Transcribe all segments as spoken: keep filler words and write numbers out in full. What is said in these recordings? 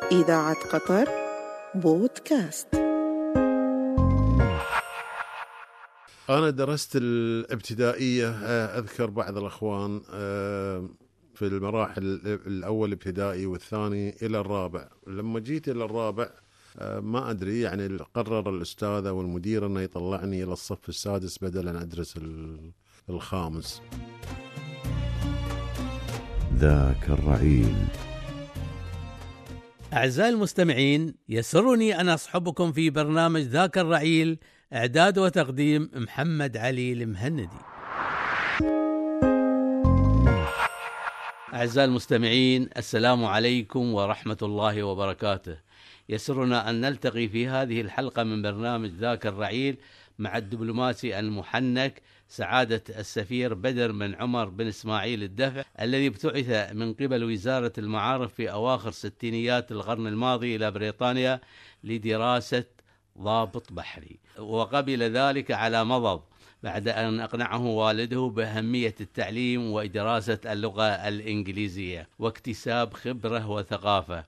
إذاعة قطر بودكاست. أنا درست الابتدائية، أذكر بعض الأخوان في المراحل الأول ابتدائي والثاني إلى الرابع. لما جيت إلى الرابع ما أدري، يعني قرر الأستاذ والمدير أنه يطلعني إلى الصف السادس بدل أن أدرس الخامس. ذاك الرعيل. أعزائي المستمعين، يسرني أن أصحبكم في برنامج ذاك الرعيل، إعداد وتقديم محمد علي المهندي. أعزائي المستمعين، السلام عليكم ورحمة الله وبركاته. يسرنا أن نلتقي في هذه الحلقة من برنامج ذاك الرعيل مع الدبلوماسي المحنك سعادة السفير بدر بن عمر بن إسماعيل الدفع، الذي ابتعث من قبل وزارة المعارف في أواخر ستينيات القرن الماضي إلى بريطانيا لدراسة ضابط بحري، وقبل ذلك على مضض بعد أن أقنعه والده بأهمية التعليم ودراسة اللغة الإنجليزية واكتساب خبرة وثقافة،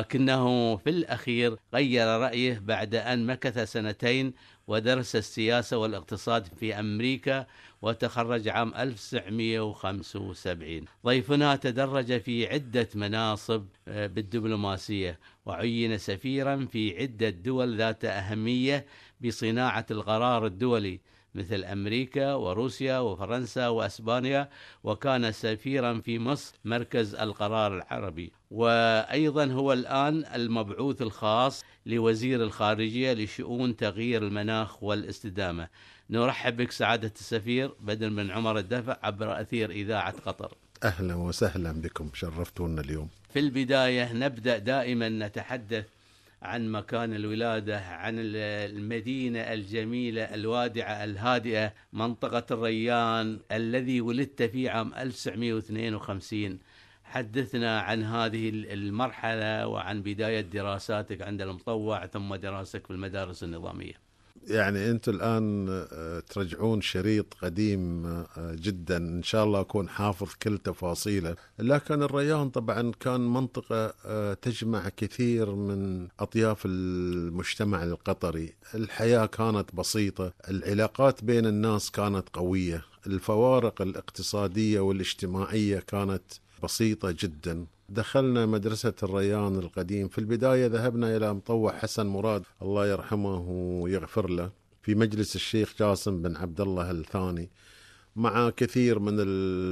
لكنه في الأخير غير رأيه بعد أن مكث سنتين ودرس السياسة والاقتصاد في أمريكا وتخرج عام ألف وتسعمائة وخمسة وسبعين. ضيفنا تدرج في عدة مناصب بالدبلوماسية، وعين سفيرا في عدة دول ذات أهمية بصناعة القرار الدولي مثل أمريكا وروسيا وفرنسا وأسبانيا، وكان سفيرا في مصر مركز القرار العربي، وأيضا هو الآن المبعوث الخاص لوزير الخارجية لشؤون تغيير المناخ والاستدامة. نرحب بك سعادة السفير بدر بن عمر الدفع عبر أثير إذاعة قطر. أهلا وسهلا بكم، شرفتونا اليوم. في البداية نبدأ دائما نتحدث عن مكان الولادة، عن المدينة الجميلة الوادعة الهادئة، منطقة الريان الذي ولدت فيه عام ألف وتسعمائة واثنين وخمسين. حدثنا عن هذه المرحلة وعن بداية دراساتك عند المطوع ثم دراستك في المدارس النظامية. يعني أنتم الآن ترجعون شريط قديم جدا، إن شاء الله أكون حافظ كل تفاصيله. لكن الريان طبعا كان منطقة تجمع كثير من أطياف المجتمع القطري. الحياة كانت بسيطة، العلاقات بين الناس كانت قوية، الفوارق الاقتصادية والاجتماعية كانت بسيطة جدا. دخلنا مدرسة الريان القديم. في البداية ذهبنا إلى مطوع حسن مراد الله يرحمه ويغفر له في مجلس الشيخ جاسم بن عبد الله الثاني، مع كثير من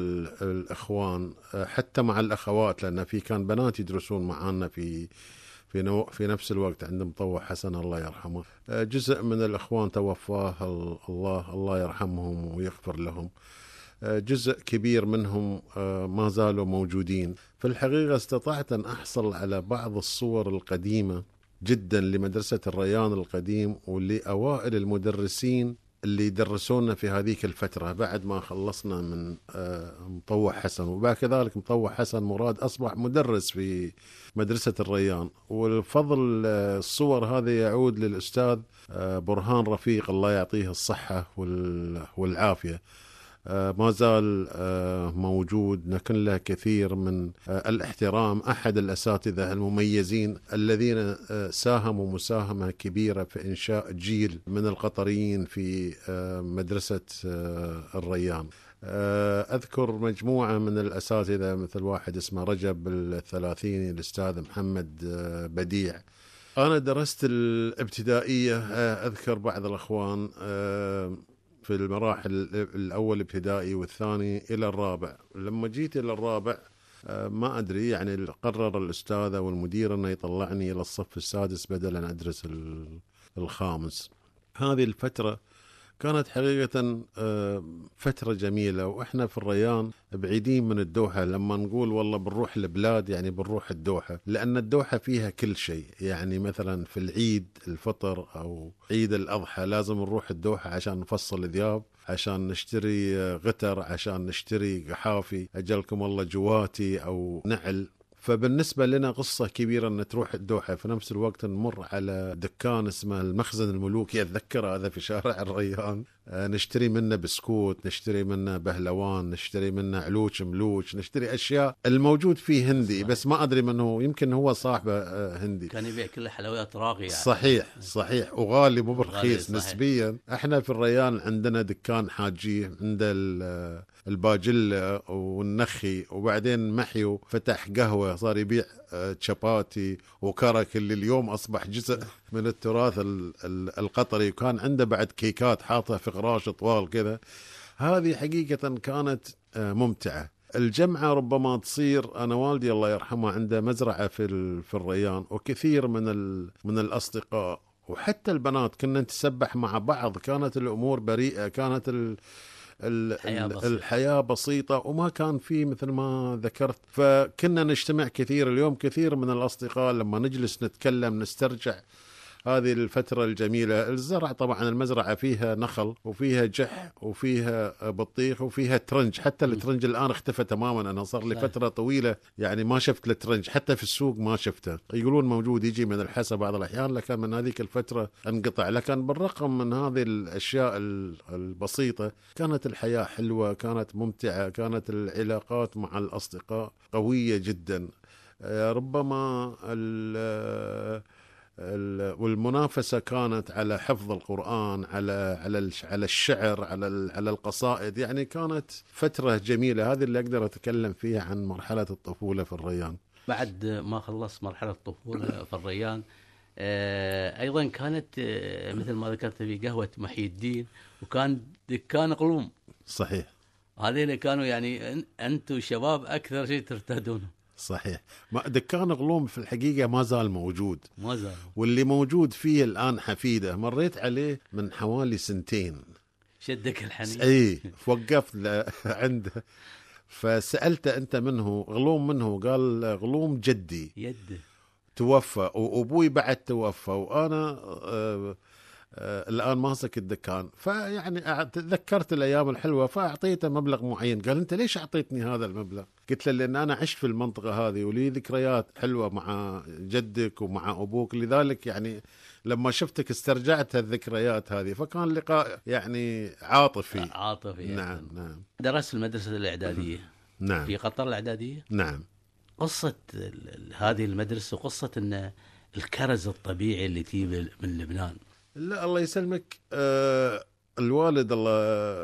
الإخوان، حتى مع الأخوات، لأن في كان بنات يدرسون معنا في في, نو في نفس الوقت عند مطوع حسن الله يرحمه. جزء من الإخوان توفاه الله الله يرحمهم ويغفر لهم، جزء كبير منهم ما زالوا موجودين. في الحقيقة استطعت أن أحصل على بعض الصور القديمة جدا لمدرسة الريان القديم ولأوائل المدرسين اللي درسونا في هذيك الفترة بعد ما خلصنا من مطوع حسن. وبعد كذلك مطوع حسن مراد أصبح مدرس في مدرسة الريان، والفضل الصور هذه يعود للأستاذ برهان رفيق الله يعطيه الصحة والعافية. ما زال موجود، نكن له كثير من الاحترام، أحد الأساتذة المميزين الذين ساهموا مساهمة كبيرة في إنشاء جيل من القطريين في مدرسة الريان. أذكر مجموعة من الأساتذة مثل واحد اسمه رجب الثلاثيني، الأستاذ محمد بديع. أنا درست الابتدائية، أذكر بعض الأخوان في المراحل الأول ابتدائي والثاني إلى الرابع. لما جيت إلى الرابع ما أدري، يعني قرر الأستاذ والمدير أنه يطلعني إلى الصف السادس بدل أن أدرس الخامس. هذه الفترة كانت حقيقة فترة جميلة، وإحنا في الريان بعيدين من الدوحة. لما نقول والله بنروح البلاد يعني بنروح الدوحة، لأن الدوحة فيها كل شيء. يعني مثلا في العيد الفطر أو عيد الأضحى لازم نروح الدوحة عشان نفصل ذياب، عشان نشتري غتر، عشان نشتري قحافي، أجلكم الله جواتي أو نعل. فبالنسبة لنا قصة كبيرة أن تروح الدوحة. في نفس الوقت نمر على دكان اسمه المخزن الملوكي، أتذكر هذا في شارع الريان، نشتري منه بسكوت، نشتري منه بهلوان، نشتري منه علوش ملوش، نشتري أشياء الموجود فيه هندي، بس ما أدري منه، يمكن هو صاحبه هندي. كان يبيع كل حلويات راقية يعني. صحيح صحيح، وغالي مو برخيص نسبيا. احنا في الريان عندنا دكان حاجي عند الباجلة والنخي، وبعدين محيو فتح قهوة، صار يبيع تشاباتي وكرك اللي اليوم أصبح جزء من التراث القطري، وكان عنده بعد كيكات حاطها في قراش طوال كذا. هذه حقيقة كانت ممتعة. الجمعة ربما تصير، أنا والدي الله يرحمه عنده مزرعة في في الريان، وكثير من من الأصدقاء وحتى البنات كنا نتسبح مع بعض، كانت الأمور بريئة، كانت ال الحياة بسيطة. الحياة بسيطة وما كان في مثل ما ذكرت، فكنا نجتمع كثير. اليوم كثير من الأصدقاء لما نجلس نتكلم نسترجع هذه الفترة الجميلة. الزرع طبعا المزرعة فيها نخل وفيها جح وفيها بطيخ وفيها ترنج، حتى الترنج الآن اختفى تماما. أنا صار لي فترة طويلة يعني ما شفت الترنج، حتى في السوق ما شفته. يقولون موجود يجي من الحسا بعض الأحيان، لكن من هذيك الفترة انقطع. لكن بالرغم من هذه الأشياء البسيطة كانت الحياة حلوة، كانت ممتعة، كانت العلاقات مع الأصدقاء قوية جدا. ربما والمنافسة كانت على حفظ القرآن، على على على الشعر، على على القصائد. يعني كانت فترة جميلة. هذه اللي أقدر أتكلم فيها عن مرحلة الطفولة في الريان. بعد ما خلص مرحلة الطفولة في الريان أيضا كانت مثل ما ذكرت في قهوة محي الدين، وكان دكان قلوم. صحيح، هذين كانوا يعني أنتم شباب أكثر شيء ترتادونه. صحيح. دكان غلوم في الحقيقة ما زال موجود، ما زال، واللي موجود فيه الآن حفيدة. مريت عليه من حوالي سنتين، شدك الحنين. اي فوقفت عنده فسألته أنت منه؟ غلوم منه؟ قال غلوم جدي يده توفى، وأبوي بعد توفى، وأنا آه آه الآن ماسك الدكان. فيعني تذكرت الأيام الحلوة فأعطيته مبلغ معين. قال أنت ليش أعطيتني هذا المبلغ؟ قلت له لأن أنا عشت في المنطقة هذه ولي ذكريات حلوة مع جدك ومع أبوك، لذلك يعني لما شفتك استرجعت الذكريات هذه، فكان لقاء يعني عاطفي. عاطفي. نعم نعم. درست المدرسة الإعدادية. نعم. في قطر الإعدادية. نعم. قصة هذه المدرسة وقصة أن الكرز الطبيعي اللي تجيب من لبنان. لا الله يسلمك. آه الوالد الله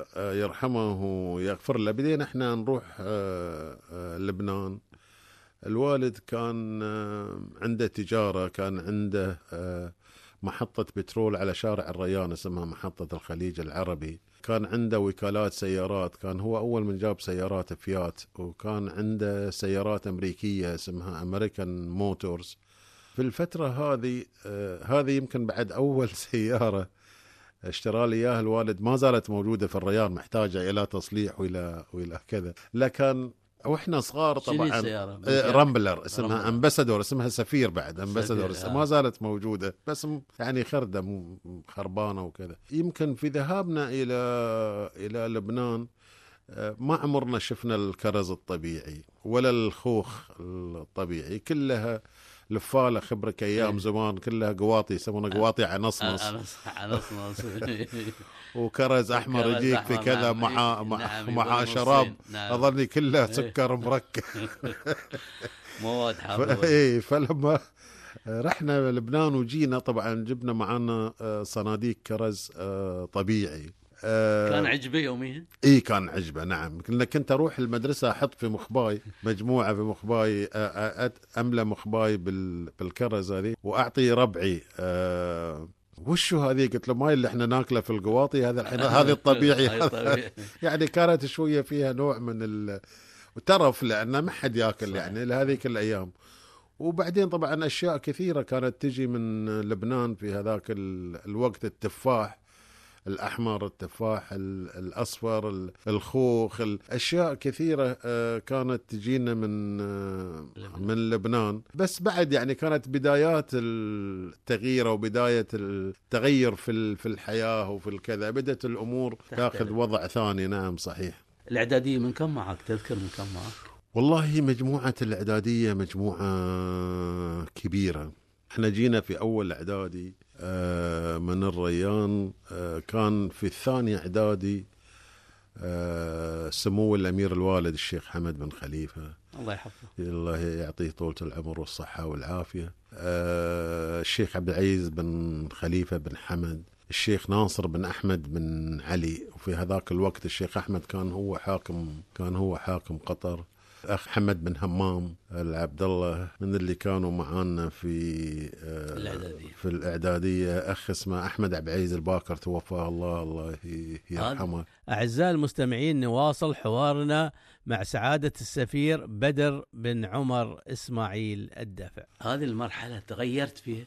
يرحمه ويغفر له، بدينا احنا نروح آه آه لبنان. الوالد كان آه عنده تجارة، كان عنده آه محطة بترول على شارع الريان اسمها محطة الخليج العربي. كان عنده وكالات سيارات، كان هو أول من جاب سيارات فيات، وكان عنده سيارات أمريكية اسمها أمريكان موتورز. في الفترة هذه آه هذه يمكن بعد أول سيارة اشترى لي إياها الوالد، ما زالت موجودة في الريان، محتاجة إلى تصليح وإلى وإلى كذا. لكن واحنا صغار طبعا آه رامبلر اسمها امباسادور، اسمها سفير بعد امباسادور، آه. ما زالت موجودة بس يعني خردة خربانة وكذا. يمكن في ذهابنا إلى إلى لبنان آه ما عمرنا شفنا الكرز الطبيعي ولا الخوخ الطبيعي، كلها لفالة خبرك أيام زمان، كلها قواطي يسمونها قواطي عنصنص عنصنص وكرز أحمر يجيك في كذا مع مع, مع شراب أظني كله سكر مركب مواد حافظة. إيه فلما رحنا لبنان وجينا طبعا جبنا معنا صناديق كرز طبيعي. كان عجبه يوميا؟ اي كان عجبه نعم. كنا كنت اروح المدرسه احط في مخباي مجموعه في مخباي، املى مخباي بالكرز هذه واعطي ربعي. أه وشو هذه؟ قلت له ماي اللي احنا ناكله في القواطي هذا الحين هذه الطبيعي. يعني كانت شويه فيها نوع من الترف لان ما حد ياكل يعني لهذيك الايام. وبعدين طبعا اشياء كثيره كانت تجي من لبنان في هذاك الوقت، التفاح الأحمر، التفاح الأصفر، الخوخ، الأشياء كثيرة كانت تجينا من من لبنان. بس بعد يعني كانت بدايات التغيير وبداية التغير في في الحياة وفي الكذا، بدأت الأمور تأخذ وضع ثاني. نعم صحيح. الإعدادية من كم معك؟ تذكر من كم معك؟ والله مجموعة الإعدادية مجموعة كبيرة. احنا جينا في أول إعدادي من الريان كان في الثاني إعدادي سمو الأمير الوالد الشيخ حمد بن خليفة الله يحفظه، الله يعطيه طولة العمر والصحة والعافية، الشيخ عبد العزيز بن خليفة بن حمد، الشيخ ناصر بن أحمد بن علي. وفي هذاك الوقت الشيخ أحمد كان هو حاكم كان هو حاكم قطر. أخ حمد بن همام العبد الله من اللي كانوا معانا في الإعدادية. في الإعدادية أخ اسمه أحمد عبد العزيز الباكر توفاه الله الله يرحمه. أعزائي المستمعين، نواصل حوارنا مع سعادة السفير بدر بن عمر إسماعيل الدافع. هذه المرحلة تغيرت فيها؟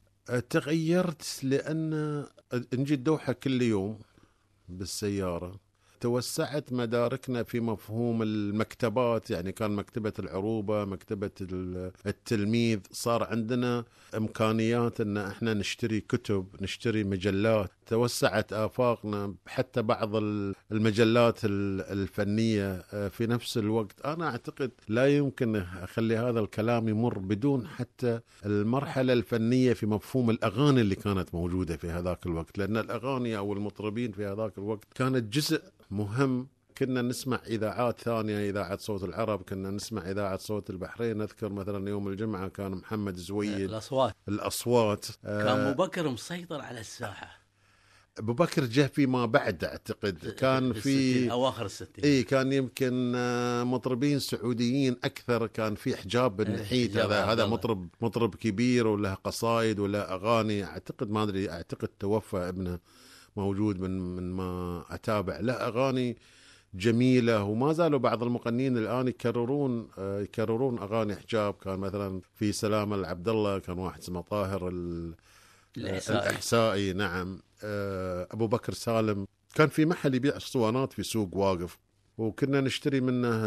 تغيرت لأن نجي الدوحة كل يوم بالسيارة، توسعت مداركنا في مفهوم المكتبات، يعني كان مكتبة العروبة، مكتبة التلميذ، صار عندنا إمكانيات أن احنا نشتري كتب، نشتري مجلات، توسعت آفاقنا، حتى بعض المجلات الفنية. في نفس الوقت أنا أعتقد لا يمكن أخلي هذا الكلام يمر بدون حتى المرحلة الفنية في مفهوم الأغاني اللي كانت موجودة في هذاك الوقت، لأن الأغاني أو المطربين في هذاك الوقت كانت جزء مهم. كنا نسمع إذاعات ثانية، إذاعة صوت العرب، كنا نسمع إذاعة صوت البحرين. أذكر مثلا يوم الجمعة كان محمد زويد، الأصوات الأصوات كان أبو بكر مسيطر على الساحة. أبو بكر جاء فيما بعد أعتقد، كان في أواخر الستين. إيه كان يمكن مطربين سعوديين أكثر. كان في حجاب بن نحيت، هذا هذا مطرب مطرب كبير وله قصائد ولا أغاني. أعتقد ما أدري أعتقد توفى ابنه، موجود من من ما أتابع، له أغاني جميلة. وما زالوا بعض المغنيين الآن يكررون يكررون أغاني حجاب. كان مثلا في سلام العبد الله كان واحد اسمه طاهر الإحسائي. الإحسائي نعم. أبو بكر سالم كان في محل يبيع اسطوانات في سوق واقف، وكنا نشتري منه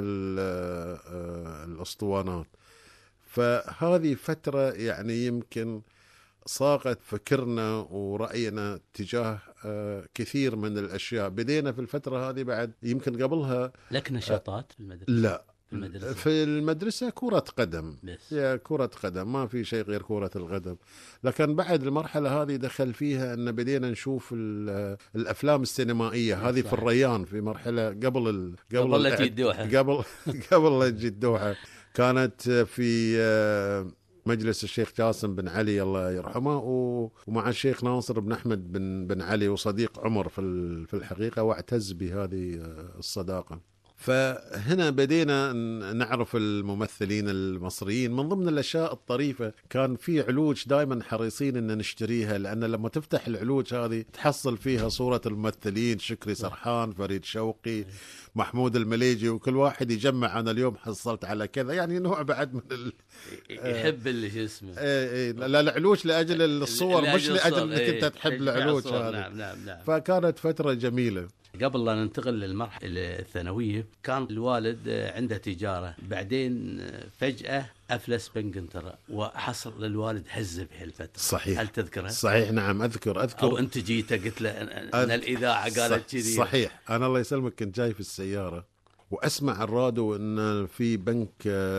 الاسطوانات. فهذه فترة يعني يمكن صاغت فكرنا ورأينا تجاه كثير من الأشياء. بدينا في الفترة هذه بعد يمكن قبلها لك نشاطات في المدرسة؟ لا، في المدرسة, في المدرسة كرة قدم، هي كرة قدم، ما في شيء غير كرة القدم. لكن بعد المرحلة هذه دخل فيها أن بدينا نشوف الأفلام السينمائية. هذه في الريان في مرحلة قبل ال... قبل قبل لا تجي الدوحة قبل قبل لا تجي الدوحة كانت في مجلس الشيخ جاسم بن علي الله يرحمه، ومع الشيخ ناصر بن أحمد بن بن علي، وصديق عمر في في الحقيقة، واعتز بهذه الصداقة. فهنا بدينا نعرف الممثلين المصريين. من ضمن الأشياء الطريفة كان في علوج دائما حريصين أن نشتريها، لأن لما تفتح العلوج هذه تحصل فيها صورة الممثلين، شكري سرحان، فريد شوقي، محمود المليجي، وكل واحد يجمع أنا اليوم حصلت على كذا، يعني نوع بعد من ال... يحب اللي اسمه ايه ايه لا العلوج لأجل الصور، مش لأجل أنك أنت تحب العلوج هذه. نعم نعم نعم. فكانت فترة جميلة. قبل لا ننتقل للمرحلة الثانوية كان الوالد عنده تجارة، بعدين فجأة أفلس بإنجلترا، وحصل للوالد هزة بهالفترة. صحيح. هل تذكره؟ صحيح نعم أذكر أذكر أو أنت جيت قلت له أن أذ... الإذاعة قالت كذي؟ صحيح. أنا الله يسلمك كنت جاي في السيارة وأسمع الراديو أن في بنك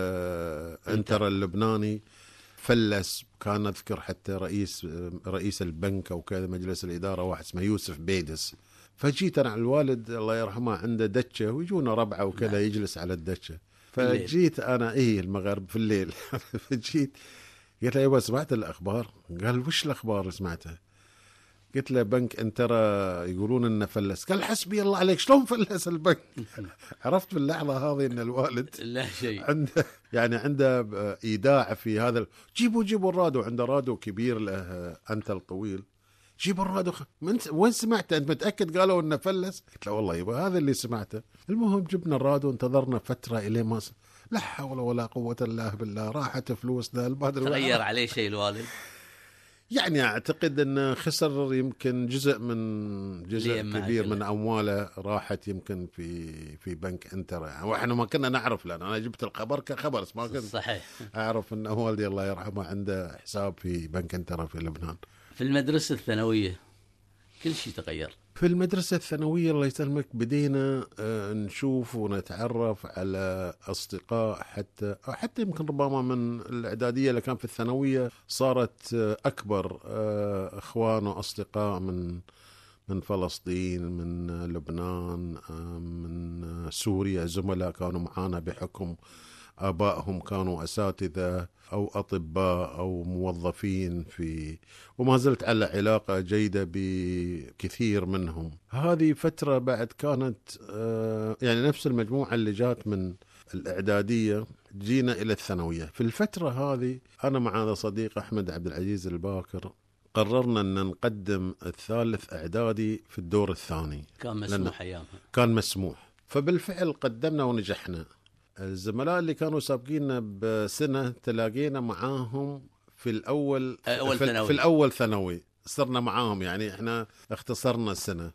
انترا اللبناني فلس. كان أذكر حتى رئيس رئيس البنك أو كذا مجلس الإدارة واحد اسمه يوسف بيدس. فجيت أنا على الوالد الله يرحمه عنده دتشة ويجونا ربعه وكذا يجلس على الدتشة. فجيت أنا إيه المغرب في الليل فجيت قلت له يابا سمعت الأخبار؟ قال وش الأخبار سمعتها؟ قلت له بنك انترا يقولون إنه فلس. قال حسبي الله عليك، شلون فلس البنك؟ عرفت في اللحظة هذه إن الوالد لا شيء عنده يعني عنده إيداع في هذا. جيبوا جيبوا الراديو، عنده راديو كبير له أنت الطويل، جيب الراديو. من وين سمعته؟ أنت متأكد قالوا إنه فلس؟ قلت له والله يبا هذا اللي سمعته. المهم جبنا الراديو، انتظرنا فترة إلى ما س... لا حول ولا قوة إلا بالله، راحت فلوسنا. تغير عليه شيء الوالد؟ يعني أعتقد أنه خسر يمكن جزء من جزء كبير من أمواله راحت يمكن في في بنك انترا، وإحنا ما كنا نعرف، لأن أنا جبت الخبر كخبر ما كنت صحيح أعرف أن والدي الله يرحمه عنده حساب في بنك انترا في لبنان. في المدرسة الثانوية كل شيء تغير. في المدرسة الثانوية الله يسلمك بدينا نشوف ونتعرف على أصدقاء، حتى حتى يمكن ربما من الإعدادية اللي كان في الثانوية صارت أكبر، أخوان وأصدقاء من من فلسطين، من لبنان، من سوريا، زملاء كانوا معانا بحكم آبائهم كانوا أساتذة أو أطباء أو موظفين في، وما زلت على علاقة جيدة بكثير منهم. هذه فترة بعد كانت يعني نفس المجموعة اللي جات من الإعدادية جينا إلى الثانوية. في الفترة هذه أنا مع هذا صديق أحمد عبد العزيز الباكر قررنا أن نقدم الثالث إعدادي في الدور الثاني. كان مسموح أيامها، كان مسموح، فبالفعل قدمنا ونجحنا. الزملاء اللي كانوا سابقيننا بسنة تلاقينا معاهم في الأول أول في, ثانوي. في الأول ثانوي صرنا معاهم، يعني إحنا اختصرنا السنة.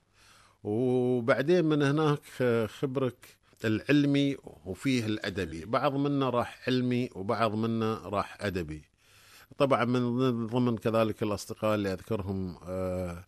وبعدين من هناك خبرك العلمي وفيه الأدبي، بعض منا راح علمي وبعض منا راح أدبي. طبعا من ضمن كذلك الأصدقاء اللي أذكرهم آه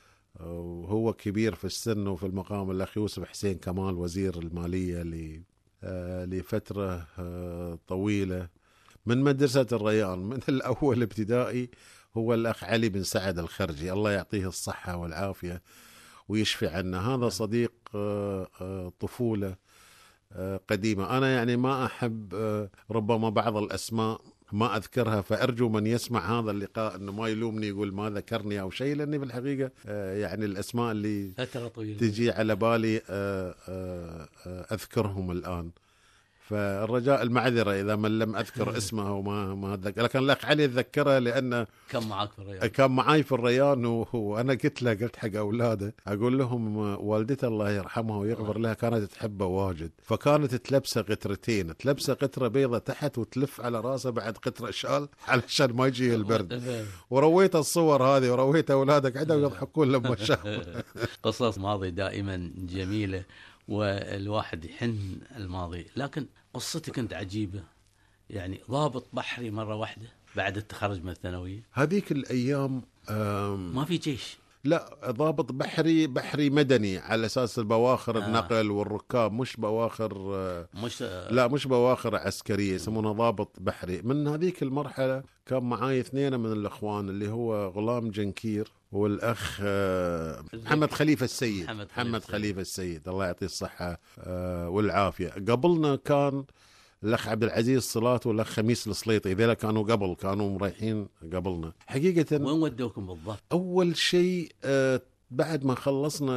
وهو كبير في السن وفي المقام الأخ يوسف حسين كمال وزير المالية ل آه لفترة آه طويلة من مدرسة الريان من الأول ابتدائي، هو الأخ علي بن سعد الخرجي، الله يعطيه الصحة والعافية ويشفي عنا. هذا صديق آه آه طفولة آه قديمة. أنا يعني ما أحب آه ربما بعض الأسماء ما أذكرها، فأرجو من يسمع هذا اللقاء أنه ما يلومني يقول ما ذكرني أو شيء، لأني في الحقيقة آه يعني الأسماء اللي تجي على بالي آه آه آه أذكرهم الآن، فالرجاء المعذرة إذا من لم أذكر اسمه وما ما أذكر. لكن الأخ علي أتذكره لأنه كان معك في الريان، كان معاي في الريان، وأنا قلت له قلت حق أولاده أقول لهم والدته الله يرحمها ويغفر لها كانت تحبه واجد، فكانت تلبسه قطرتين، تلبسه قطرة بيضة تحت وتلف على راسه بعد قطرة شال علشان ما يجي البرد. ورويت الصور هذه ورويت أولادك عندهم يضحكون لما شافوا. قصص ماضي دائما جميلة والواحد يحن الماضي، لكن قصتك كنت عجيبة، يعني ضابط بحري مرة واحدة بعد التخرج من الثانوية. هذيك الأيام ما في جيش، لا ضابط بحري بحري مدني على أساس البواخر آه. النقل والركاب، مش بواخر مش لا مش بواخر عسكرية، يسمونه ضابط بحري. من هذيك المرحلة كان معاي اثنين من الأخوان اللي هو غلام جنكير والأخ محمد خليفة السيد، محمد, محمد خليفة السيد الله يعطيه الصحة والعافية. قبلنا كان الأخ عبد العزيز صلاة والأخ خميس السليطي، ذيلا كانوا قبل كانوا مريحين قبلنا حقيقة. وين ودوكم بالضبط؟ أول شيء بعد ما خلصنا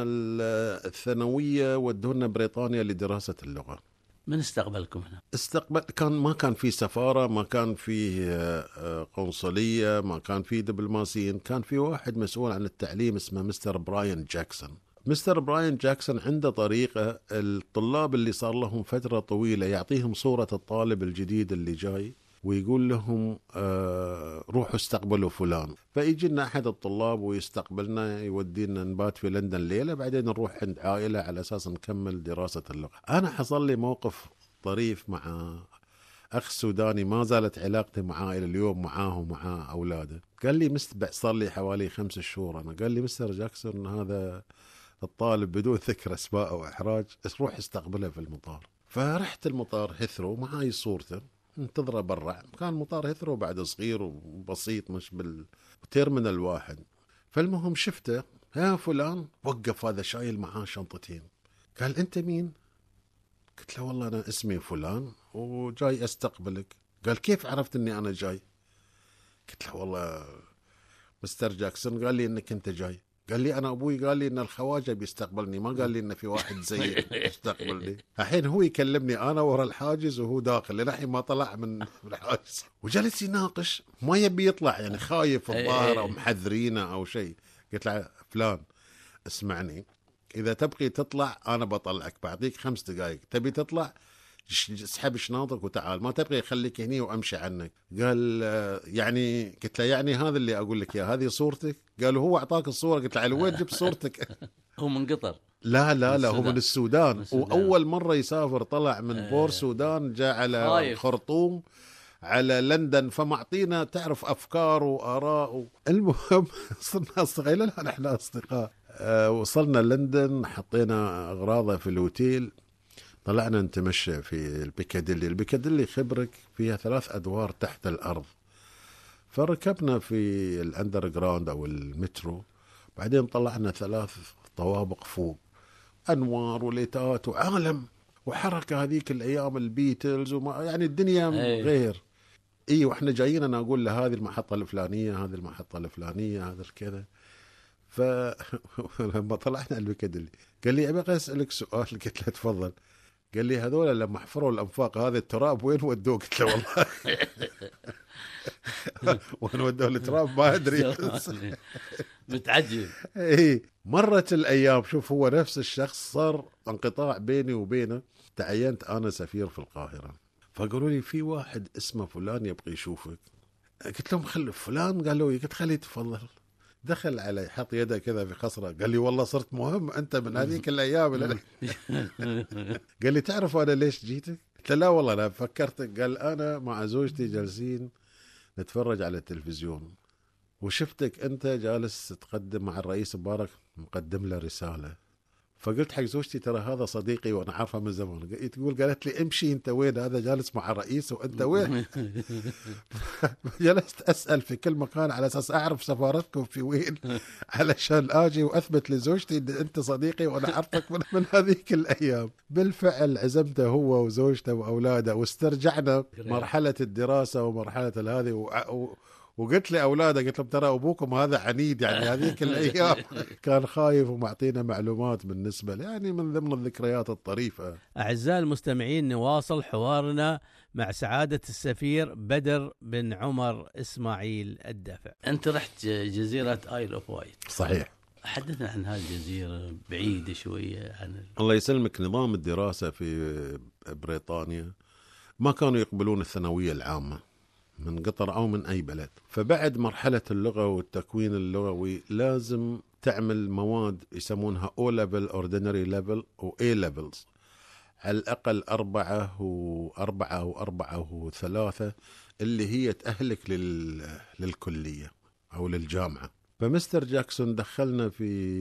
الثانوية ودونا بريطانيا لدراسة اللغة. من استقبلكم هنا؟ استقبل كان ما كان في سفارة، ما كان في قنصلية، ما كان في دبلوماسيين، كان في واحد مسؤول عن التعليم اسمه مستر براين جاكسون. مستر براين جاكسون عنده طريقة الطلاب اللي صار لهم فترة طويلة يعطيهم صورة الطالب الجديد اللي جاي ويقول لهم آه روحوا استقبلوا فلان، فيجي لنا أحد الطلاب ويستقبلنا يودينا نبات في لندن ليلة، بعدين نروح عند عائلة على أساس نكمل دراسة اللغة. أنا حصل لي موقف طريف مع أخ سوداني ما زالت علاقتي معاه إلى اليوم، معاه ومع أولاده. قال لي مستبع صار لي حوالي خمس شهور أنا، قال لي مستر جاكسون هذا الطالب بدون ذكر أسماء أو إحراج روح استقبله في المطار. فرحت المطار هثرو معاي صورته انتظره برا، كان مطار هثرو بعد صغير وبسيط مش بالتيرمينال واحد. فالمهم شفته، يا فلان، وقف هذا شايل معاه شنطتين. قال أنت مين؟ قلت له والله أنا اسمي فلان وجاي أستقبلك. قال كيف عرفت أني أنا جاي؟ قلت له والله مستر جاكسون قال لي أنك أنت جاي. قال لي أنا أبوي قال لي إن الخواجة بيستقبلني، ما قال لي إن في واحد زي يستقبلني. الحين هو يكلمني أنا ورا الحاجز وهو داخل للحين ما طلع من الحاجز، وجلس يناقش ما يبي يطلع، يعني خايف الظاهر أو محذرينه أو شيء. قلت له فلان اسمعني، إذا تبقي تطلع أنا بطلعك، بعطيك خمس دقائق، تبي تطلع اسحب شنطك وتعال، ما تبغي خليك هني وامشي عنك. قال يعني، قلت له يعني هذا اللي اقول لك اياه، هذه صورتك؟ قال هو اعطاك الصوره. قلت له على وين جبت صورتك؟ هو من قطر؟ لا لا لا هو من السودان, من السودان. واول مره يسافر طلع من آه. بور سودان جاء على الخرطوم على لندن، فمعطينا تعرف افكار واراء. المهم صرنا اصدقاء، لا نحن اصدقاء. آه وصلنا لندن، حطينا أغراضه في الأوتيل، طلعنا نتمشى في البيكاديلي. البيكاديلي خبرك فيها ثلاث أدوار تحت الأرض، فركبنا في الأندر جراوند أو المترو، بعدين طلعنا ثلاث طوابق فوق، أنوار وليتات وعالم وحركة. هذيك الأيام البيتلز وما يعني الدنيا غير. إيه وإحنا جايين أنا أقول له هذه المحطة الفلانية، هذه المحطة الفلانية، هذا الكذا. فلما طلعنا البيكاديلي قال لي أبي أسألك سؤال. قلت له تفضل. قال لي هذول لما حفروا الأنفاق هذا التراب وين ودوه؟ قلت له والله وين ودوه التراب ما أدري. متعجب. إيه مرت الأيام، شوف هو نفس الشخص، صار انقطاع بيني وبينه. تعينت أنا سفير في القاهرة، فقالوا لي في واحد اسمه فلان يبغي يشوفك. قلت لهم خلي فلان. قالوا لي قلت خليه تفضل. دخل علي حط يده كذا في خصره، قال لي والله صرت مهم أنت من هذيك الأيام. قال لي تعرف أنا ليش جيتك؟ قلت لا والله أنا فكرتك. قال أنا مع زوجتي جالسين نتفرج على التلفزيون وشفتك أنت جالس تقدم مع الرئيس مبارك مقدم له رسالة، فقلت حق زوجتي ترى هذا صديقي وأنا عارفه من زمان. تقول قالت لي امشي أنت وين؟ هذا جالس مع الرئيس وأنت وين؟ جلست أسأل في كل مكان على أساس أعرف سفارتكم في وين علشان آجي وأثبت لزوجتي أن أنت صديقي وأنا عرفتك من, من هذيك الأيام. بالفعل عزمته هو وزوجته وأولاده، واسترجعنا مرحلة الدراسة ومرحلة هذه و... وقلت لي أولاده قلت لهم ترى أبوكم هذا عنيد يعني هذيك الأيام كان خايف ومعطينا معلومات بالنسبة لي، يعني من ضمن الذكريات الطريفة. أعزائي المستمعين نواصل حوارنا مع سعادة السفير بدر بن عمر إسماعيل الدافع. أنت رحت جزيرة آيل أوف وايت. صحيح. حدثنا عن هذه الجزيرة، بعيدة شوية عن ال... الله يسلمك. نظام الدراسة في بريطانيا ما كانوا يقبلون الثانوية العامة من قطر أو من أي بلد، فبعد مرحلة اللغة والتكوين اللغوي لازم تعمل مواد يسمونها O level, ordinary level و A levels، على الأقل أربعة وأربعة وأربعة وثلاثة اللي هي تأهلك لل... للكلية أو للجامعة. فمستر جاكسون دخلنا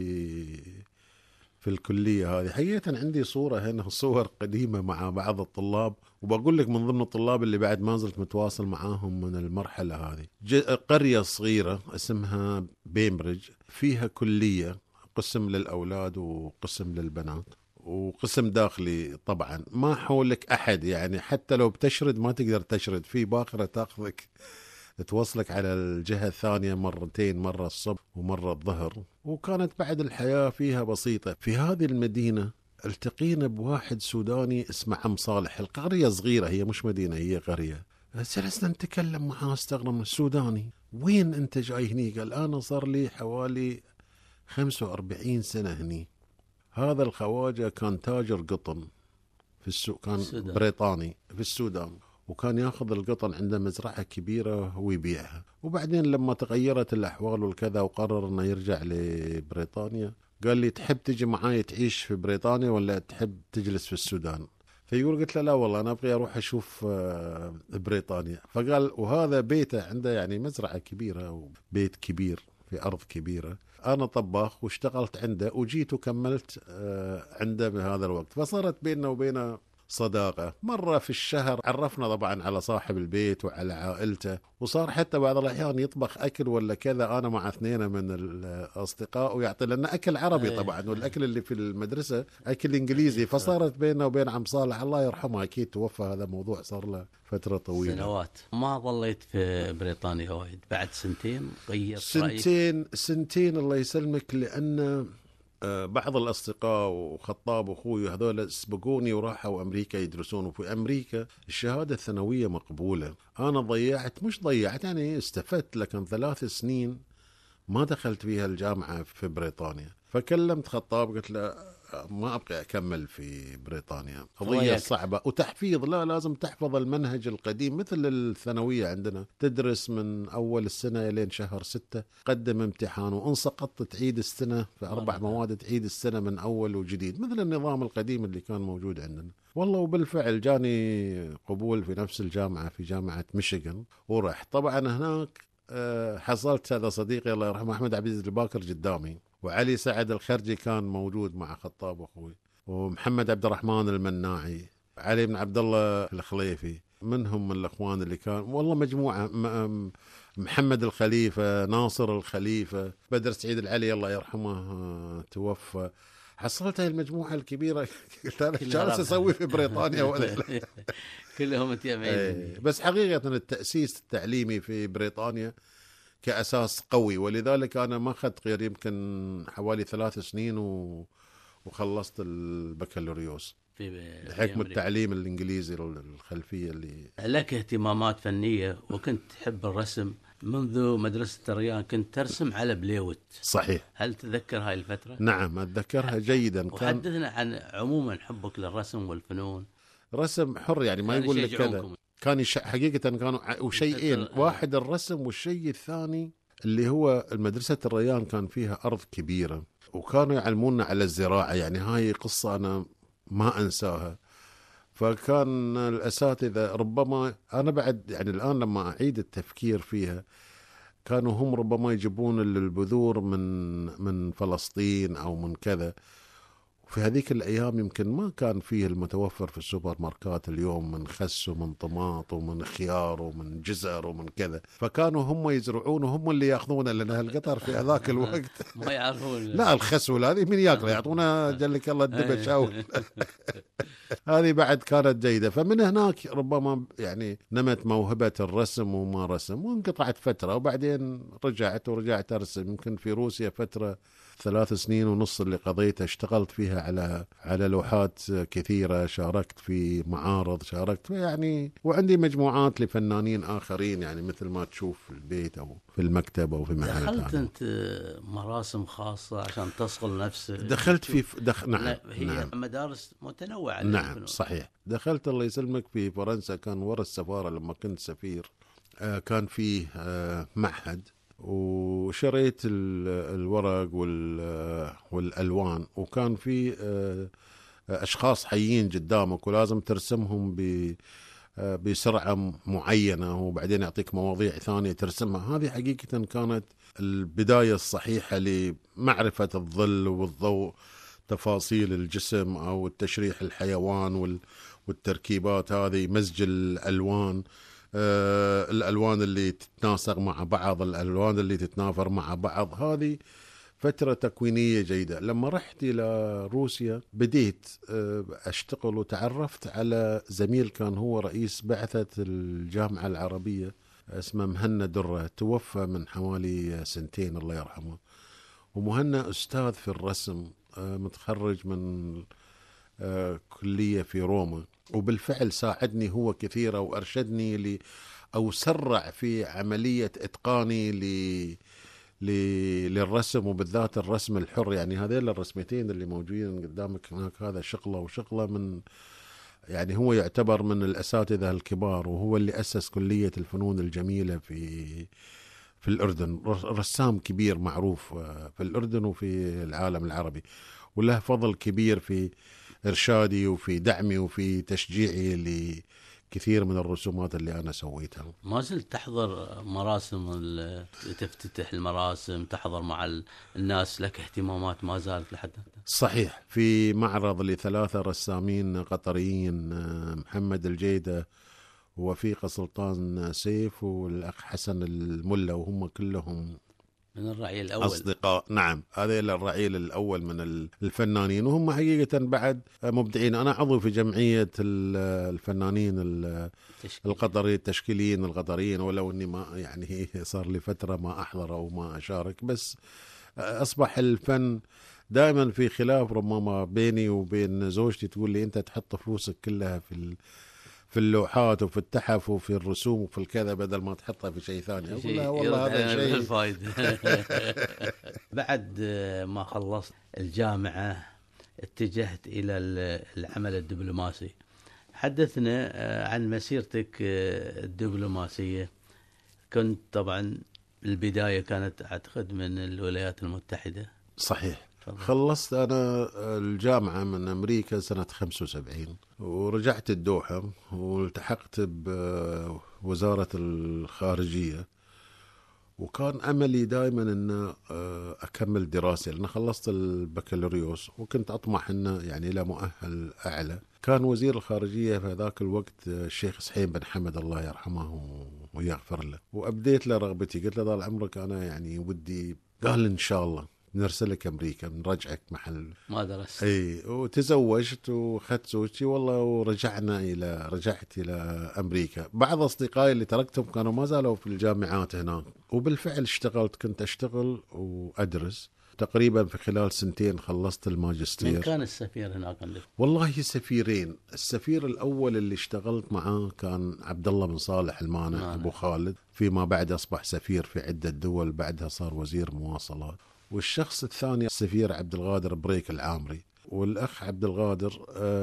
في في الكلية هذه. حقيقة عندي صورة هنا، صور قديمة مع بعض الطلاب، وبقول لك من ضمن الطلاب اللي بعد ما زلت متواصل معاهم من المرحلة هذه. قرية صغيرة اسمها بيمبريدج، فيها كلية قسم للأولاد وقسم للبنات وقسم داخلي. طبعا ما حولك أحد، يعني حتى لو بتشرد ما تقدر تشرد، في باخرة تأخذك توصلك على الجهة الثانية مرتين، مرة الصبح ومرة الظهر. وكانت بعد الحياة فيها بسيطة. في هذه المدينة التقينا بواحد سوداني اسمه عم صالح. القرية صغيرة، هي مش مدينة هي قرية. جلسنا نتكلم معاه، استغرب السوداني وين انت جاي هني؟ قال انا صار لي حوالي خمسة وأربعين سنة هني. هذا الخواجة كان تاجر قطن في السوق، كان السودان. بريطاني في السودان، وكان ياخذ القطن عنده مزرعة كبيرة ويبيعها. وبعدين لما تغيرت الأحوال والكذا وقرر انه يرجع لبريطانيا، قال لي تحب تجي معاي تعيش في بريطانيا ولا تحب تجلس في السودان؟ فيقول قلت له لا والله أنا أبغى أروح أشوف بريطانيا. فقال وهذا بيته عنده يعني مزرعة كبيرة وبيت كبير في أرض كبيرة. أنا طباخ واشتغلت عنده وجيت وكملت عنده بهذا الوقت. فصارت بيننا وبينه صداقة. مرة في الشهر عرفنا طبعا على صاحب البيت وعلى عائلته، وصار حتى بعض الأحيان يطبخ أكل ولا كذا أنا مع اثنين من الأصدقاء ويعطي لنا أكل عربي طبعا، والأكل اللي في المدرسة أكل إنجليزي. فصارت بيننا وبين عم صالح الله يرحمه، أكيد توفى، هذا موضوع صار له فترة طويلة سنوات. ما ظليت في بريطانيا وايد، بعد سنتين غيرت سنتين رأيك؟ سنتين الله يسلمك، لأن بعض الأصدقاء وخطاب أخوي هذول سبقوني وراحوا أمريكا يدرسون. وفي أمريكا الشهادة الثانوية مقبولة. أنا ضيعت، مش ضيعت يعني استفدت، لكن ثلاث سنين ما دخلت فيها الجامعة في بريطانيا. فكلمت خطاب قلت له ما أبقى أكمل في بريطانيا، قضية صعبة وتحفيظ، لا لازم تحفظ المنهج القديم مثل الثانوية عندنا، تدرس من أول السنة لين شهر ستة، قدم امتحان وإن سقطت تعيد السنة في أربع مواد، تعيد السنة من أول وجديد مثل النظام القديم اللي كان موجود عندنا. والله وبالفعل جاني قبول في نفس الجامعة، في جامعة ميشيغان، ورحت. طبعا هناك حصلت هذا صديقي الله يرحمه أحمد عبد العزيز الباكر قدامي، وعلي سعد الخرجي كان موجود مع خطاب أخوي، ومحمد عبد الرحمن المناعي، علي بن عبد الله الخليفي، منهم من الأخوان اللي كان والله مجموعة، محمد الخليفة، ناصر الخليفة، بدر سعيد العلي الله يرحمه توفى. حصلت هاي المجموعة الكبيرة قلت أنا جالس أسوي في بريطانيا ولا كلهم متجمعين. بس حقيقة التأسيس التعليمي في بريطانيا كأساس قوي، ولذلك أنا ما أخذت غير يمكن حوالي ثلاث سنين و... وخلصت البكالوريوس بحكم التعليم الإنجليزي الخلفية اللي لك اهتمامات فنية وكنت تحب الرسم منذ مدرسة الريان، كنت ترسم على بليوت. صحيح. هل تذكر هاي الفترة؟ نعم أتذكرها جيدا. وحدثنا عن عموما حبك للرسم والفنون. رسم حر يعني ما يقول لك كذا، كان يش... حقيقة كانوا وشيئين، واحد الرسم والشيء الثاني اللي هو المدرسة الريان كان فيها أرض كبيرة وكانوا يعلمونا على الزراعة، يعني هاي قصة أنا ما أنساها. فكان الأساتذة ربما أنا بعد يعني الآن لما أعيد التفكير فيها كانوا هم ربما يجيبون البذور من من فلسطين أو من كذا، وفي هذيك الأيام يمكن ما كان فيه المتوفر في السوبر ماركات اليوم من خس ومن طماط ومن خيار ومن جزر ومن كذا، فكانوا هم يزرعون وهم اللي يأخذون لنا القطر في هذاك الوقت. ما يعرفون لا الخس هذه من يأكله يعطونا جلك الله الدبش أو هذه بعد كانت جيدة. فمن هناك ربما يعني نمت موهبة الرسم وما رسم، وانقطعت فترة وبعدين رجعت ورجعت أرسم. يمكن في روسيا فترة ثلاث سنين ونص اللي قضيتها اشتغلت فيها على على لوحات كثيرة، شاركت في معارض، شاركت يعني، وعندي مجموعات لفنانين آخرين يعني مثل ما تشوف في البيت أو في المكتب أو في محل. دخلت أنت مراسم خاصة عشان تصل نفسك؟ دخلت في دخ... نعم هي نعم. مدارس متنوعة. نعم للفنون. صحيح. دخلت الله يسلمك في فرنسا، كان ورا السفارة لما كنت سفير آه كان فيه آه معهد، وشريت الورق والألوان، وكان في أشخاص حيين قدامك ولازم ترسمهم بسرعة معينة وبعدين يعطيك مواضيع ثانية ترسمها. هذه حقيقة كانت البداية الصحيحة لمعرفة الظل والضوء، تفاصيل الجسم أو التشريح الحيوان والتركيبات هذه، مزج الألوان، آه الألوان اللي تتناسق مع بعض، الألوان اللي تتنافر مع بعض. هذه فترة تكوينية جيدة. لما رحت إلى روسيا بديت آه أشتغل، وتعرفت على زميل كان هو رئيس بعثة الجامعة العربية اسمه مهنا درة، توفى من حوالي سنتين الله يرحمه. ومهنا أستاذ في الرسم، آه متخرج من آه كلية في روما، وبالفعل ساعدني هو كثيرا وأرشدني لي أو سرع في عملية إتقاني ل... ل... للرسم، وبالذات الرسم الحر. يعني هذين الرسمتين اللي موجودين قدامك هناك، هذا شغلة وشغلة من يعني هو يعتبر من الأساتذة الكبار، وهو اللي أسس كلية الفنون الجميلة في في الأردن، رسام كبير معروف في الأردن وفي العالم العربي، وله فضل كبير في إرشادي وفي دعمي وفي تشجيعي لكثير من الرسومات اللي أنا سويتها. ما زلت تحضر مراسم، تفتتح المراسم، تحضر مع الناس، لك اهتمامات ما زالت لحد؟ صحيح. في معرض لثلاثة رسامين قطريين، محمد الجيدة ووفيق سلطان سيف والأخ حسن الملا، وهم كلهم من الرعيل الأول أصدقاء. نعم هذا الرعيل الأول من الفنانين، وهم حقيقة بعد مبدعين. أنا عضو في جمعية الفنانين القطري التشكيليين القطريين، ولو أني ما يعني صار لي فترة ما أحضر أو ما أشارك، بس أصبح الفن دائما في خلاف ربما بيني وبين زوجتي، تقول لي أنت تحط فلوسك كلها في في اللوحات وفي التحف وفي الرسوم وفي الكذا بدل ما تحطها في شيء ثاني. أقول لها والله هذا شيء الفائدة. بعد ما خلصت الجامعة اتجهت إلى العمل الدبلوماسي. حدثنا عن مسيرتك الدبلوماسية. كنت طبعا البداية كانت أعتقد من الولايات المتحدة. صحيح. خلصت أنا الجامعة من أمريكا سنة خمسة وسبعين، ورجعت الدوحة والتحقت بوزارة الخارجية، وكان أملي دائما أن أكمل دراسة، لأن خلصت البكالوريوس وكنت أطمح أنه يعني لا مؤهل أعلى. كان وزير الخارجية في ذاك الوقت الشيخ سحيم بن حمد الله يرحمه ويغفر له، وأبديت له رغبتي، قلت له طال عمرك أنا يعني ودي، قال إن شاء الله نرسلك أمريكا نرجعك محل ما درست. أي، وتزوجت وخدت زوجتي والله، ورجعنا إلى رجعت إلى أمريكا. بعض أصدقائي اللي تركتهم كانوا ما زالوا في الجامعات هناك، وبالفعل اشتغلت، كنت أشتغل وأدرس تقريبا في خلال سنتين خلصت الماجستير. من كان السفير هناك عندك؟ والله سفيرين. السفير الأول اللي اشتغلت معاه كان عبد الله بن صالح المانع مانع. أبو خالد، فيما بعد أصبح سفير في عدة دول، بعدها صار وزير مواصلات. والشخص الثاني السفير عبد القادر بريك العامري. والأخ عبد القادر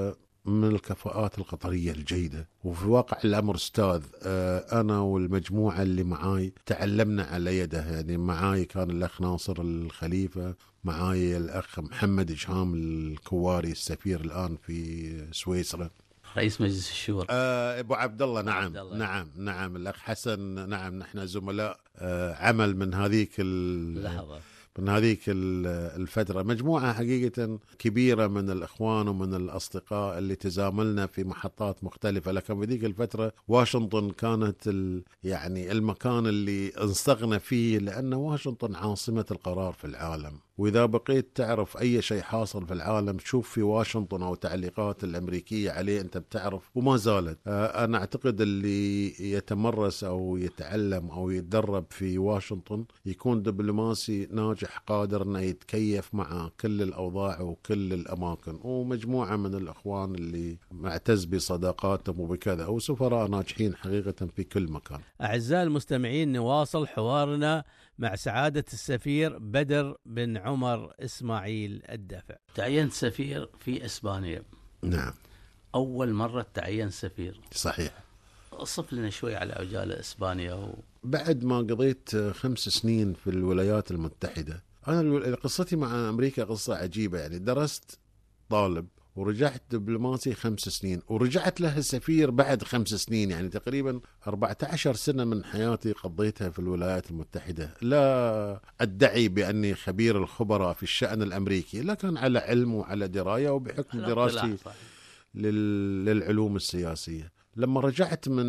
من الكفاءات القطرية الجيدة، وفي واقع الأمر أستاذ أنا والمجموعة اللي معاي تعلمنا على يده. يعني معاي كان الأخ ناصر الخليفة، معاي الأخ محمد إجهام الكواري السفير الآن في سويسرا، رئيس مجلس الشورى. آه أبو عبد الله. نعم عبد الله. نعم نعم الأخ حسن. نعم نحن زملاء آه عمل من هذيك اللحظة، من هذيك الفترة. مجموعة حقيقة كبيرة من الإخوان ومن الأصدقاء اللي تزاملنا في محطات مختلفة. لكن في ذيك الفترة واشنطن كانت يعني المكان اللي انصغنا فيه، لأن واشنطن عاصمة القرار في العالم. وإذا بقيت تعرف أي شيء حاصل في العالم شوف في واشنطن أو تعليقات الأمريكية عليه أنت بتعرف. وما زالت أنا أعتقد اللي يتمرس أو يتعلم أو يتدرب في واشنطن يكون دبلوماسي ناجح قادر أنه يتكيف مع كل الأوضاع وكل الأماكن. ومجموعة من الأخوان اللي معتز بصداقاتهم وبكذا، وسفراء ناجحين حقيقة في كل مكان. أعزائي المستمعين، نواصل حوارنا مع سعادة السفير بدر بن عمر إسماعيل الدافع. تعينت سفير في إسبانيا. نعم. أول مرة تعين سفير. صحيح. أصف لنا شوي على عجالة إسبانيا. و... بعد ما قضيت خمس سنين في الولايات المتحدة، أنا قصتي مع أمريكا قصة عجيبة. يعني درست طالب ورجعت دبلوماسي خمس سنين، ورجعت له سفير بعد خمس سنين. يعني تقريبا أربعة عشر سنة من حياتي قضيتها في الولايات المتحدة. لا أدعي بأني خبير الخبراء في الشأن الأمريكي، لكن على علم وعلى دراية وبحكم دراستي لل... للعلوم السياسية. لما رجعت من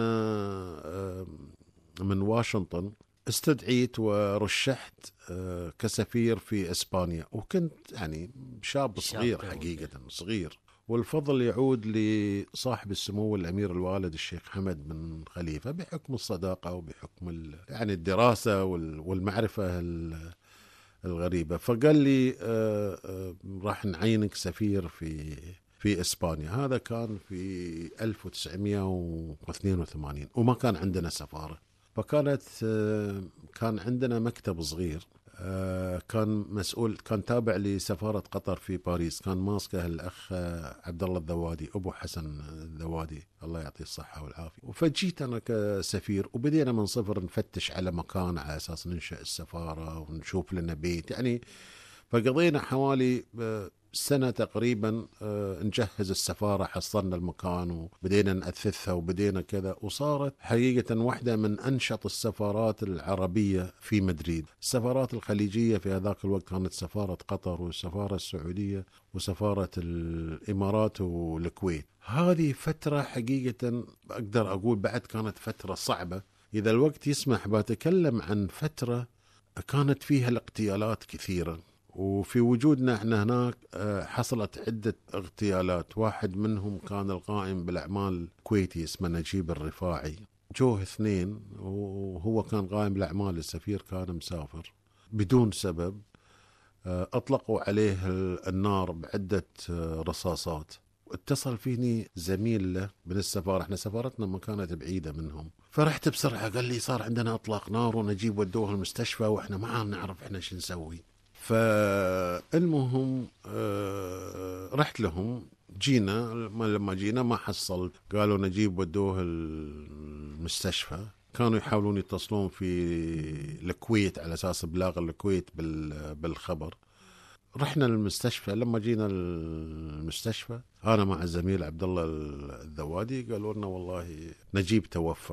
من واشنطن استدعيت ورشحت كسفير في إسبانيا، وكنت يعني شاب صغير حقيقة صغير. والفضل يعود لصاحب السمو الأمير الوالد الشيخ حمد بن خليفة بحكم الصداقة وبحكم يعني الدراسة والمعرفة الغريبة. فقال لي راح نعينك سفير في في إسبانيا. هذا كان في ألف وتسعمائة واثنين وثمانين وما كان عندنا سفارة. فكانت كان عندنا مكتب صغير كان مسؤول، كان تابع لسفارة قطر في باريس، كان ماسكه الأخ عبد الله الذوادي، أبو حسن الذوادي الله يعطيه الصحة والعافية. وفجيت أنا كسفير، وبدينا من صفر نفتش على مكان على أساس ننشأ السفارة ونشوف لنا بيت. يعني فقضينا حوالي سنة تقريبا نجهز السفارة، حصلنا المكان وبدينا نأثثها وبدينا كذا، وصارت حقيقة واحدة من أنشط السفارات العربية في مدريد. السفارات الخليجية في هذاك الوقت كانت سفارة قطر والسفارة السعودية وسفارة الإمارات والكويت. هذه فترة حقيقة أقدر أقول بعد كانت فترة صعبة. إذا الوقت يسمح بتكلم عن فترة كانت فيها الاغتيالات كثيرة، وفي وجودنا احنا هناك حصلت عدة اغتيالات. واحد منهم كان القائم بالأعمال الكويتي اسمه نجيب الرفاعي. جوه اثنين وهو كان قائم بالأعمال، السفير كان مسافر بدون سبب، أطلقوا عليه النار بعدة رصاصات. اتصل فيني زميل له من السفارة، احنا سفارتنا ما كانت بعيدة منهم، فرحت بسرعة قال لي صار عندنا اطلاق نار ونجيب ودوه المستشفى واحنا ما نعرف احنا شو نسوي. فالمهم رحت لهم، جينا لما جينا ما حصل، قالوا نجيب ودوه المستشفى. كانوا يحاولون يتصلون في الكويت على اساس ابلاغ الكويت بالخبر. رحنا للمستشفى، لما جينا المستشفى انا مع الزميل عبد الله الذوادي قالوا لنا والله نجيب توفى.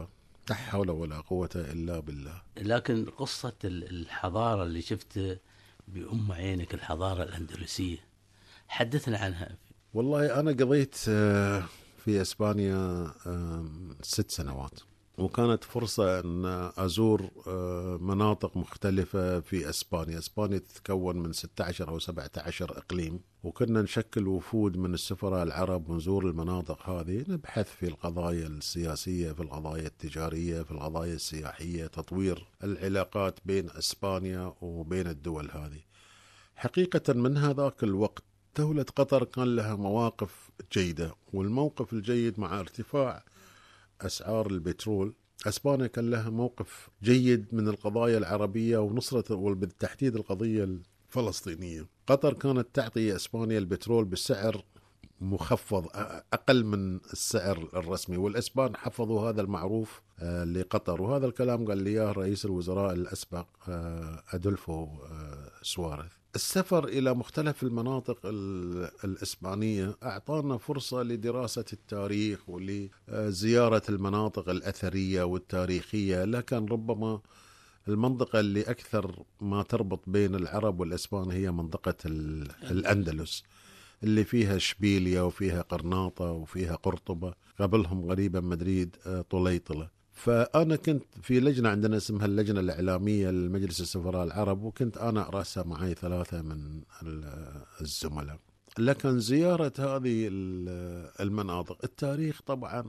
لا حول ولا قوة إلا بالله. لكن قصة الحضارة اللي شفت بأم عينك، الحضارة الأندلسية، حدثنا عنها. والله أنا قضيت في إسبانيا ست سنوات، وكانت فرصة أن أزور مناطق مختلفة في إسبانيا. إسبانيا تتكون من ستة عشر أو سبعة عشر إقليم، وكنا نشكل وفود من السفراء العرب ونزور المناطق هذه، نبحث في القضايا السياسية، في القضايا التجارية، في القضايا السياحية، تطوير العلاقات بين إسبانيا وبين الدول هذه. حقيقة من هذاك الوقت دولة قطر كان لها مواقف جيدة، والموقف الجيد مع ارتفاع أسعار البترول، أسبانيا كان لها موقف جيد من القضايا العربية ونصرة وبالتحديد القضية الفلسطينية. قطر كانت تعطي أسبانيا البترول بسعر مخفض أقل من السعر الرسمي، والأسبان حفظوا هذا المعروف لقطر، وهذا الكلام قال لي رئيس الوزراء الأسبق أدولفو سواريز. السفر إلى مختلف المناطق الإسبانية أعطانا فرصة لدراسة التاريخ ولزيارة المناطق الأثرية والتاريخية، لكن ربما المنطقة اللي أكثر ما تربط بين العرب والإسبان هي منطقة الأندلس، اللي فيها شبيليا وفيها قرناطة وفيها قرطبة، قبلهم قريبا مدريد طليطلة. فأنا كنت في لجنة عندنا اسمها اللجنة الإعلامية لمجلس السفراء العرب، وكنت أنا أرأسها معي ثلاثة من الزملاء. لكن زيارة هذه المناطق، التاريخ طبعا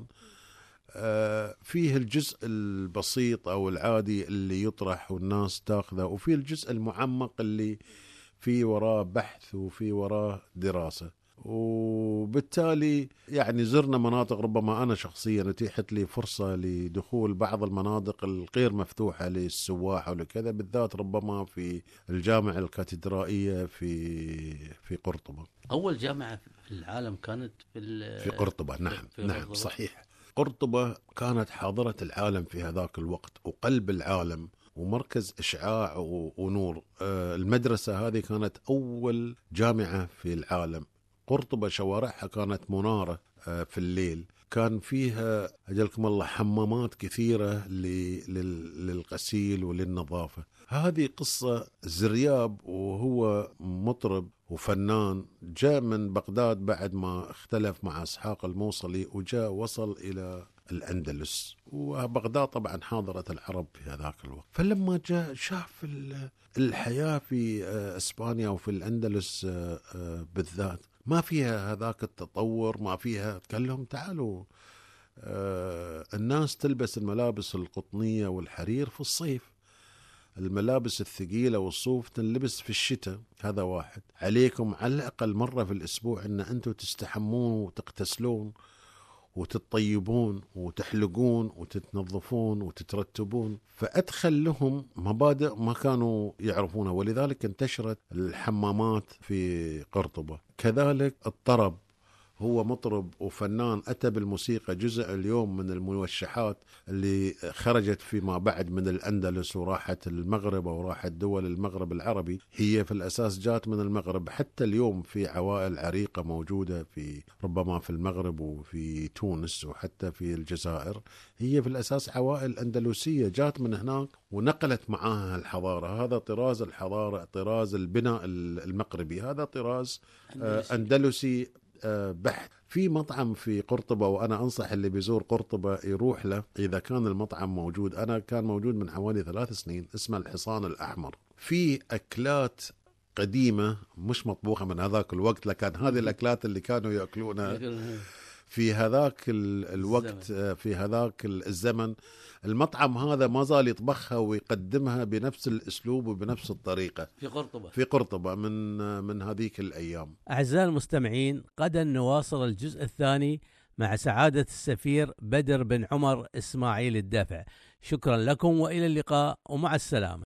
فيه الجزء البسيط أو العادي اللي يطرح والناس تاخذه، وفيه الجزء المعمق اللي في وراه بحث وفي وراه دراسة. وبالتالي يعني زرنا مناطق ربما أنا شخصيا اتيحت لي فرصة لدخول بعض المناطق الغير مفتوحة للسواح ولكذا، بالذات ربما في الجامعة الكاتدرائية في في قرطبة. أول جامعة في العالم كانت في في قرطبة. نعم في نعم قرطبة. صحيح. قرطبة كانت حاضرة العالم في هذاك الوقت وقلب العالم ومركز إشعاع ونور. المدرسة هذه كانت أول جامعة في العالم. قرطبة شوارعها كانت منارة في الليل، كان فيها أجلكم الله حمامات كثيرة للغسيل وللنظافة. هذه قصة زرياب، وهو مطرب وفنان جاء من بغداد بعد ما اختلف مع إسحاق الموصلي، وجاء وصل إلى الأندلس، وبغداد طبعا حاضرت العرب في هذاك الوقت. فلما جاء شاف الحياة في إسبانيا وفي الأندلس بالذات ما فيها هذاك التطور، ما فيها. قال لهم تعالوا الناس تلبس الملابس القطنية والحرير في الصيف، الملابس الثقيلة والصوف تنلبس في الشتاء. هذا واحد. عليكم على الأقل مرة في الأسبوع أن أنتم تستحمون وتغتسلون وتطيبون وتحلقون وتتنظفون وتترتبون. فأدخل لهم مبادئ ما كانوا يعرفونها، ولذلك انتشرت الحمامات في قرطبة. كذلك الطرب، هو مطرب وفنان أتى بالموسيقى جزء اليوم من الموشحات اللي خرجت فيما بعد من الأندلس وراحت المغرب وراحت دول المغرب العربي، هي في الأساس جات من المغرب. حتى اليوم في عوائل عريقة موجودة في ربما في المغرب وفي تونس وحتى في الجزائر، هي في الأساس عوائل أندلسية جات من هناك ونقلت معاها الحضارة. هذا طراز الحضارة، طراز البناء المغربي، هذا طراز أندلسي بحت. في مطعم في قرطبة، وأنا أنصح اللي بيزور قرطبة يروح له إذا كان المطعم موجود. أنا كان موجود من حوالي ثلاث سنين، اسمه الحصان الأحمر. في أكلات قديمة مش مطبوخة من هذاك الوقت، لكن هذه الأكلات اللي كانوا يأكلونها في هذاك الوقت في هذاك الزمن. المطعم هذا ما زال يطبخها ويقدمها بنفس الأسلوب وبنفس الطريقة في قرطبة في قرطبة من من هذيك الأيام. أعزائي المستمعين، غدا نواصل الجزء الثاني مع سعادة السفير بدر بن عمر إسماعيل الدافع. شكرا لكم وإلى اللقاء ومع السلامة.